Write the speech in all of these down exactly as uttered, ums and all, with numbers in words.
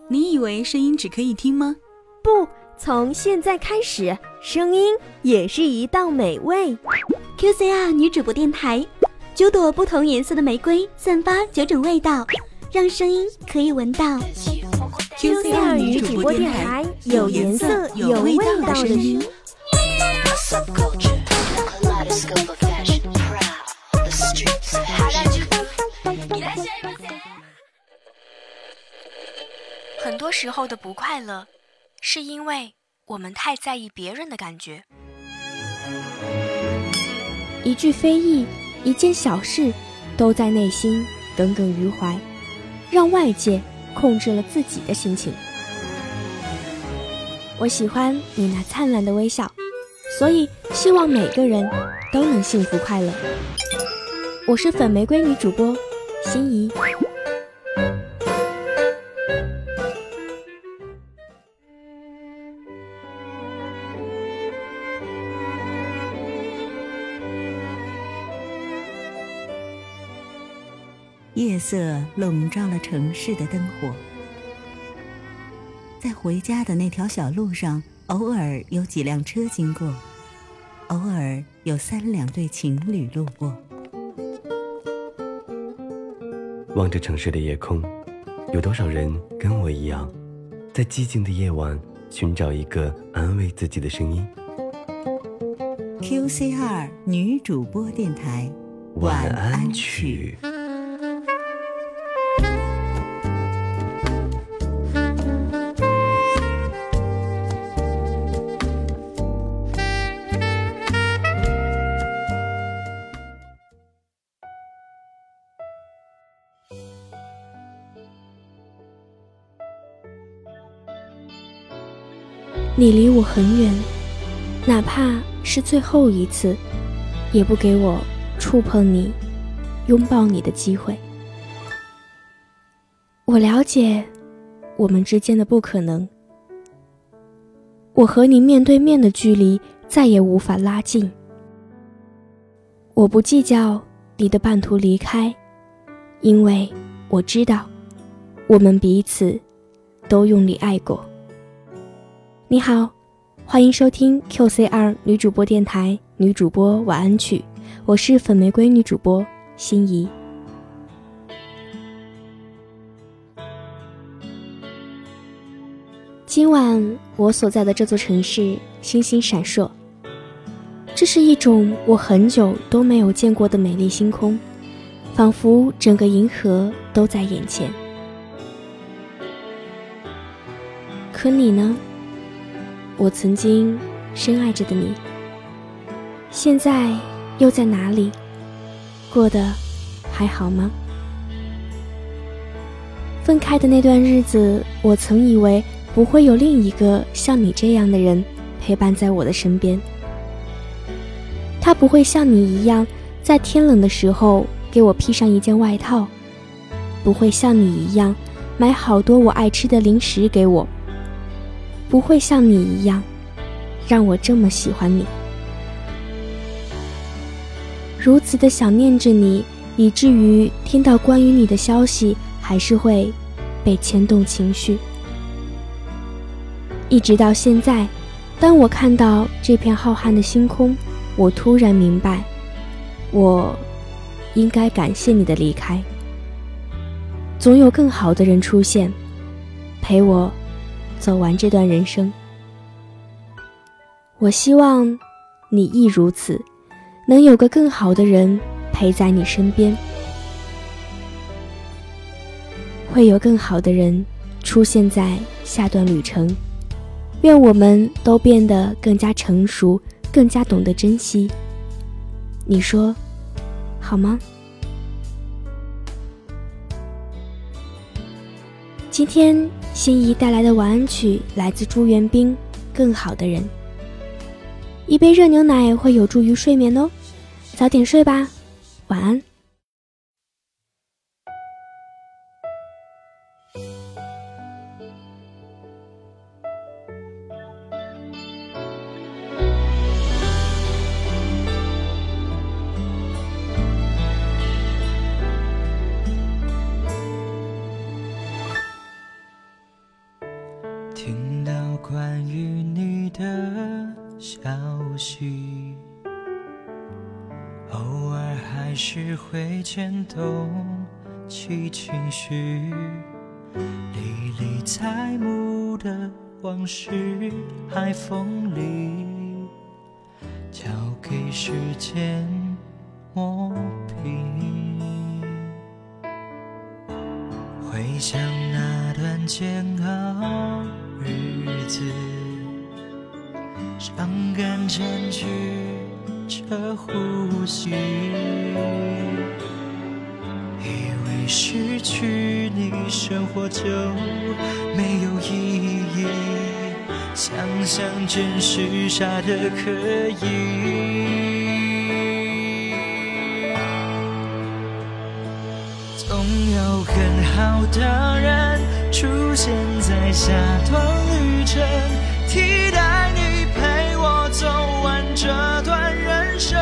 你以为声音只可以听吗？ 不，从现在开始，声音也是一道美味。 Q C R 女主播电台，九朵不同颜色的玫瑰散发九种味道，让声音可以闻到。 Q C R 女主播电台，有颜色有味道的声音。 很多时候的不快乐，是因为我们太在意别人的感觉。 一句非议，一件小事，都在内心耿耿于怀，让外界控制了自己的心情。我喜欢你那灿烂的微笑，所以希望每个人都能幸福快乐。我是粉玫瑰女主播心怡。 夜色笼罩了城市的灯火，在回家的那条小路上，偶尔有几辆车经过，偶尔有三两对情侣路过。 望着城市的夜空，有多少人跟我一样，在寂静的夜晚寻找一个安慰自己的声音。 Q C R 女主播电台， 晚安曲。 你离我很远，哪怕是最后一次，也不给我触碰你、拥抱你的机会。我了解我们之间的不可能，我和你面对面的距离再也无法拉近。我不计较你的半途离开，因为我知道我们彼此都用力爱过。你好，欢迎收听 Q C R 女主播电台女主播晚安曲，我是粉玫瑰女主播心怡。今晚我所在的这座城市星星闪烁，这是一种我很久都没有见过的美丽星空，仿佛整个银河都在眼前。可你呢？我曾经深爱着的你，现在又在哪里？过得还好吗？分开的那段日子，我曾以为不会有另一个像你这样的人陪伴在我的身边。他不会像你一样，在天冷的时候给我披上一件外套，不会像你一样买好多我爱吃的零食给我，不会像你一样让我这么喜欢你，如此的想念着你，以至于听到关于你的消息还是会被牵动情绪。一直到现在，当我看到这片浩瀚的星空，我突然明白，我应该感谢你的离开。总有更好的人出现，陪我走完这段人生。我希望你亦如此，能有个更好的人陪在你身边，会有更好的人出现在下段旅程。愿我们都变得更加成熟，更加懂得珍惜。你说好吗？今天心怡带来的晚安曲来自朱元彬，更好的人。一杯热牛奶会有助于睡眠哦，早点睡吧，晚安。 听到关于你的消息，偶尔还是会牵动起情绪，历历在目的往事海风里，交给时间磨平。回想那段煎熬日子，伤感占据着呼吸，以为失去你生活就没有意义，想想真是傻得可以。总有更好的人出现在下段旅程，替代你陪我走完这段人生。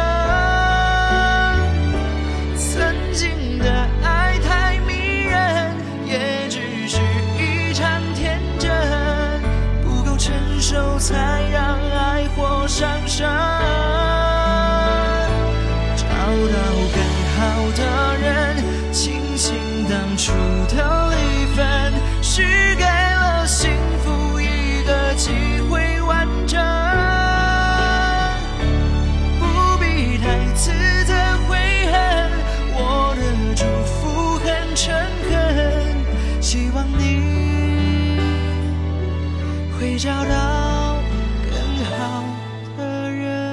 曾经的爱太迷人，也只是一场天真，不够成熟才让爱活上身。找到更好的人，庆幸当初的离分，是给了幸福一个机会完整。不必太自责悔恨，我的祝福很诚恳，希望你会找到更好的人。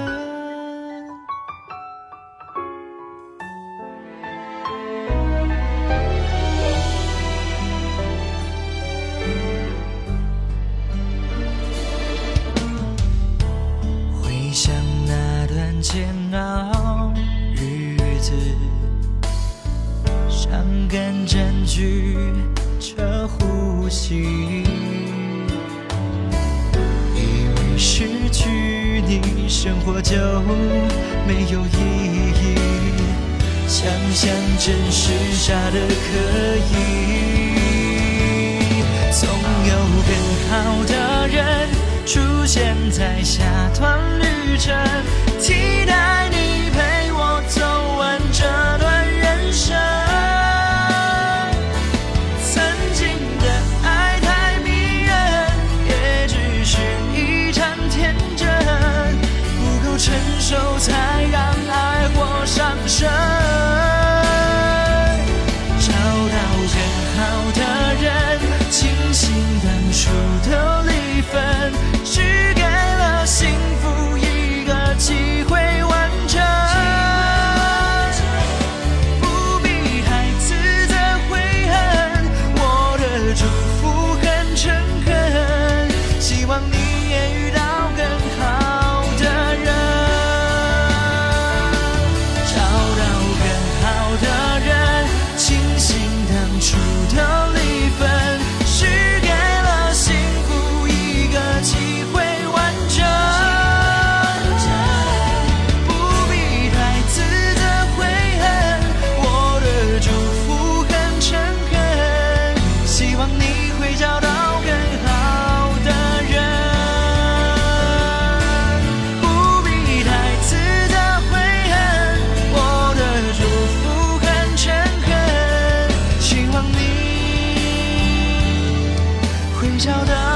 回想那段煎熬日子，伤感占据着呼吸，以为失去你生活就没有意义，想想真是傻得可以。总有更好的人出现在下段旅程，替代你陪我走完这段人生。曾经的爱太迷人，也只是一场天真，不够成熟才让爱活上身。找到更好的人，庆幸当初的离分，是给了幸福一个机会完成。不必太自责悔恨，我的祝福很诚恳，希望你也遇到更好的人。找到更好的人，庆幸当初的离分，是给了幸福一个机会完成。不必太自责悔恨，我的祝福很诚恳，希望你会找到更好的人。不必太自责悔恨，我的祝福很诚恳，希望你会找到